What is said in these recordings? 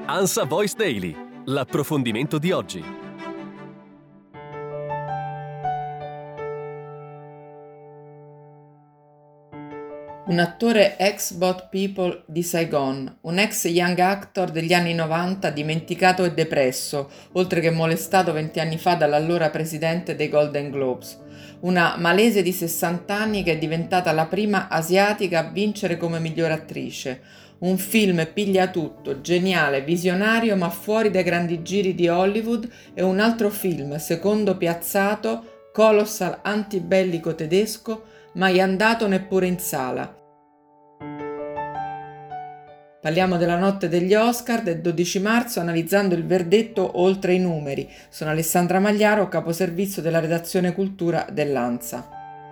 ANSA Voice Daily, l'approfondimento di oggi. Un attore ex-Boat People di Saigon, un ex young actor degli anni 90 dimenticato e depresso, oltre che molestato 20 anni fa dall'allora presidente dei Golden Globes. Una malese di 60 anni che è diventata la prima asiatica a vincere come miglior attrice. Un film piglia tutto, geniale, visionario ma fuori dai grandi giri di Hollywood, e un altro film, secondo piazzato, colossal antibellico tedesco, mai andato neppure in sala. Parliamo della notte degli Oscar del 12 marzo analizzando il verdetto oltre i numeri. Sono Alessandra Magliaro, caposervizio della redazione cultura dell'ANSA.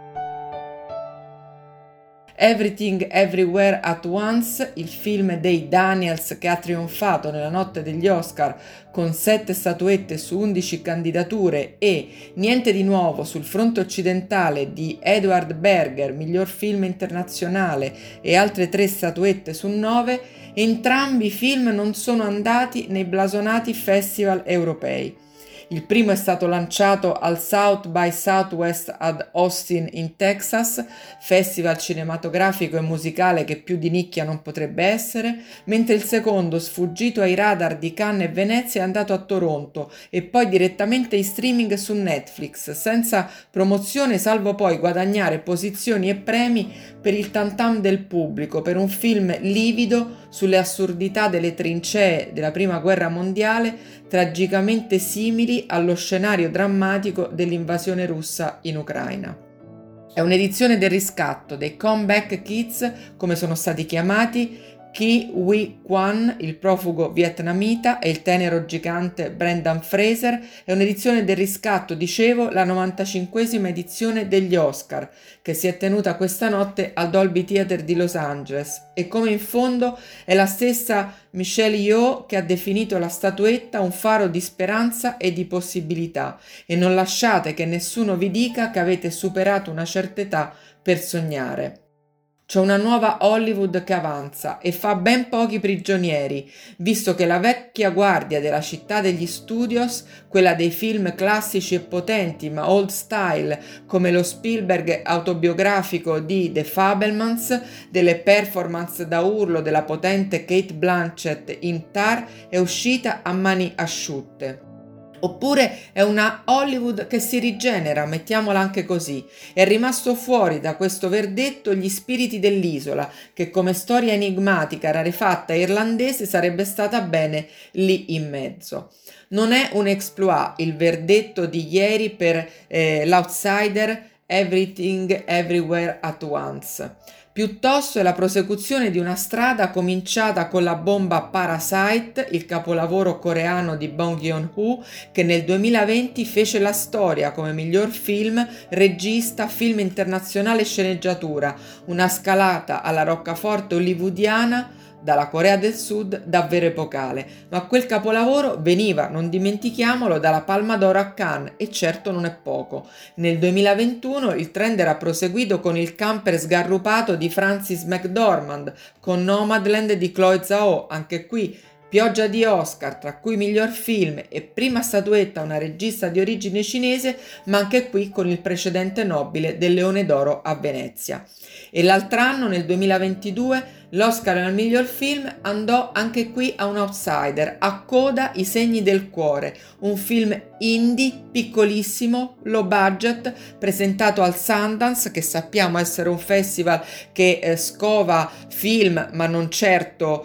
Everything Everywhere at Once, il film dei Daniels che ha trionfato nella notte degli Oscar con 7 statuette su 11 candidature, e Niente di nuovo sul fronte occidentale di Edward Berger, miglior film internazionale, e altre 3 statuette su 9, entrambi i film non sono andati nei blasonati festival europei. Il primo è stato lanciato al South by Southwest ad Austin in Texas, festival cinematografico e musicale che più di nicchia non potrebbe essere, mentre il secondo, sfuggito ai radar di Cannes e Venezia, è andato a Toronto e poi direttamente in streaming su Netflix, senza promozione, salvo poi guadagnare posizioni e premi per il tantam del pubblico, per un film livido sulle assurdità delle trincee della Prima Guerra Mondiale, tragicamente simili allo scenario drammatico dell'invasione russa in Ucraina. È un'edizione del riscatto dei Comeback Kids, come sono stati chiamati Ki Huy Kwan, il profugo vietnamita, e il tenero gigante Brendan Fraser. È un'edizione del riscatto, dicevo, la 95esima edizione degli Oscar, che si è tenuta questa notte al Dolby Theatre di Los Angeles, e come in fondo è la stessa Michelle Yeoh che ha definito la statuetta un faro di speranza e di possibilità, e non lasciate che nessuno vi dica che avete superato una certa età per sognare. C'è una nuova Hollywood che avanza e fa ben pochi prigionieri, visto che la vecchia guardia della città degli studios, quella dei film classici e potenti ma old style come lo Spielberg autobiografico di The Fabelmans, delle performance da urlo della potente Cate Blanchett in Tar, è uscita a mani asciutte. Oppure è una Hollywood che si rigenera, mettiamola anche così. È rimasto fuori da questo verdetto Gli spiriti dell'isola, che come storia enigmatica, rarefatta e irlandese sarebbe stata bene lì in mezzo. Non è un exploit il verdetto di ieri per l'outsider Everything Everywhere at Once. Piuttosto è la prosecuzione di una strada cominciata con la bomba Parasite, il capolavoro coreano di Bong Joon-ho, che nel 2020 fece la storia come miglior film, regista, film internazionale e sceneggiatura, una scalata alla roccaforte hollywoodiana dalla Corea del Sud davvero epocale, ma quel capolavoro veniva, non dimentichiamolo, dalla Palma d'Oro a Cannes, e certo non è poco. Nel 2021 il trend era proseguito con Il camper sgarrupato di Frances McDormand, con Nomadland di Chloe Zhao, anche qui pioggia di Oscar, tra cui miglior film e prima statuetta a una regista di origine cinese, ma anche qui con il precedente nobile del Leone d'Oro a Venezia. E l'altro anno, nel 2022, l'Oscar al miglior film andò anche qui a un outsider, a Coda I segni del cuore, un film indie, piccolissimo, low budget, presentato al Sundance, che sappiamo essere un festival che scova film ma non certo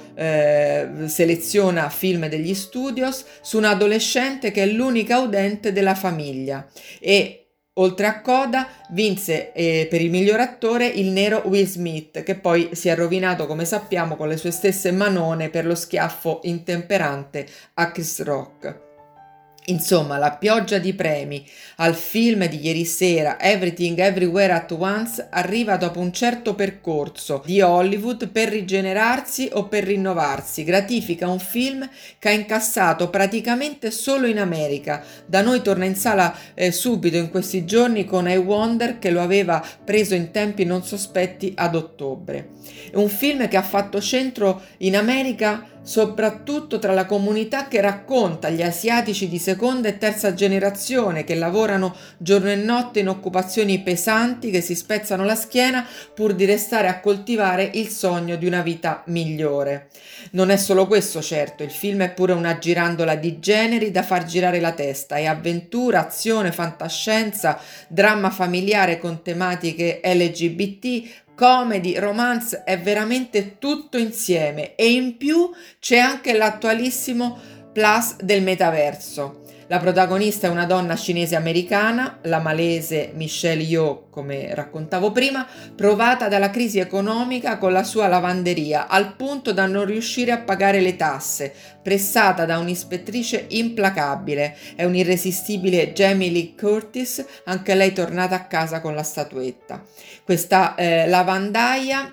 seleziona film degli studios, su un adolescente che è l'unica udente della famiglia. E oltre a Coda vinse per il miglior attore il nero Will Smith, che poi si è rovinato, come sappiamo, con le sue stesse manone per lo schiaffo intemperante a Chris Rock. Insomma, la pioggia di premi al film di ieri sera, Everything Everywhere at Once, arriva dopo un certo percorso di Hollywood per rigenerarsi o per rinnovarsi. Gratifica un film che ha incassato praticamente solo in America. Da noi torna in sala subito in questi giorni con I Wonder, che lo aveva preso in tempi non sospetti ad ottobre. È un film che ha fatto centro in America soprattutto tra la comunità che racconta gli asiatici di seconda e terza generazione che lavorano giorno e notte in occupazioni pesanti, che si spezzano la schiena pur di restare a coltivare il sogno di una vita migliore. Non è solo questo, certo, il film è pure una girandola di generi da far girare la testa, è avventura, azione, fantascienza, dramma familiare con tematiche LGBT, comedy, romance, è veramente tutto insieme e in più c'è anche l'attualissimo plus del metaverso. La protagonista è una donna cinese americana, la malese Michelle Yeoh, come raccontavo prima, provata dalla crisi economica con la sua lavanderia, al punto da non riuscire a pagare le tasse, pressata da un'ispettrice implacabile. È un'irresistibile Jamie Lee Curtis, anche lei tornata a casa con la statuetta. Questa lavandaia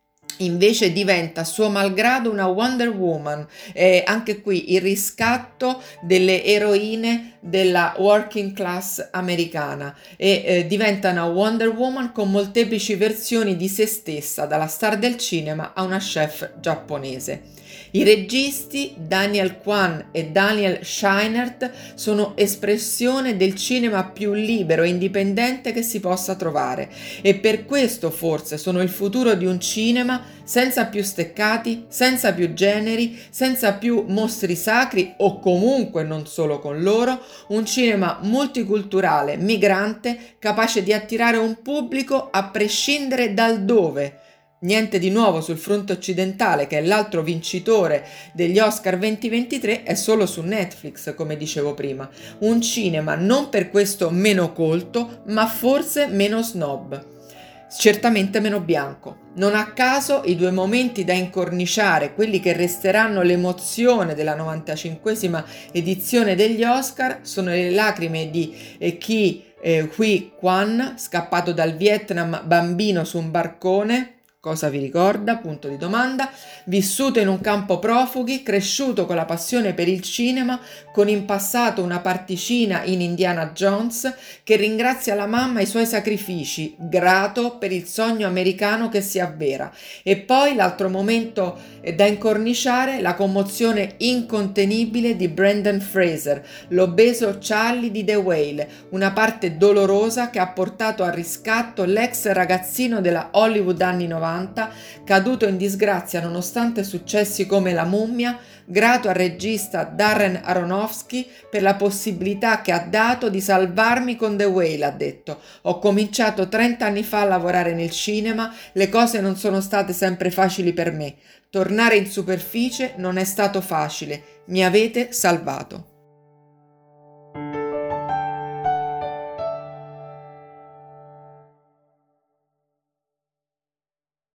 invece diventa a suo malgrado una Wonder Woman, anche qui il riscatto delle eroine della working class americana e diventa una Wonder Woman con molteplici versioni di se stessa, dalla star del cinema a una chef giapponese. I registi Daniel Kwan e Daniel Scheinert sono espressione del cinema più libero e indipendente che si possa trovare e per questo forse sono il futuro di un cinema senza più steccati, senza più generi, senza più mostri sacri o comunque non solo con loro, un cinema multiculturale, migrante, capace di attirare un pubblico a prescindere dal dove. Niente di nuovo sul fronte occidentale, che è l'altro vincitore degli Oscar 2023, è solo su Netflix, come dicevo prima. Un cinema non per questo meno colto, ma forse meno snob. Certamente meno bianco. Non a caso i due momenti da incorniciare, quelli che resteranno l'emozione della 95esima edizione degli Oscar, sono le lacrime di Ki Huy Kwan, scappato dal Vietnam bambino su un barcone. Cosa vi ricorda? Punto di domanda. Vissuto in un campo profughi, cresciuto con la passione per il cinema, con in passato una particina in Indiana Jones, che ringrazia la mamma e i suoi sacrifici, grato per il sogno americano che si avvera. E poi l'altro momento da incorniciare, la commozione incontenibile di Brendan Fraser, l'obeso Charlie di The Whale, una parte dolorosa che ha portato al riscatto l'ex ragazzino della Hollywood anni 90, caduto in disgrazia nonostante successi come La mummia, grato al regista Darren Aronofsky per la possibilità che ha dato di salvarmi con The Whale, ha detto. Ho cominciato 30 anni fa a lavorare nel cinema, le cose non sono state sempre facili per me. Tornare in superficie non è stato facile, mi avete salvato.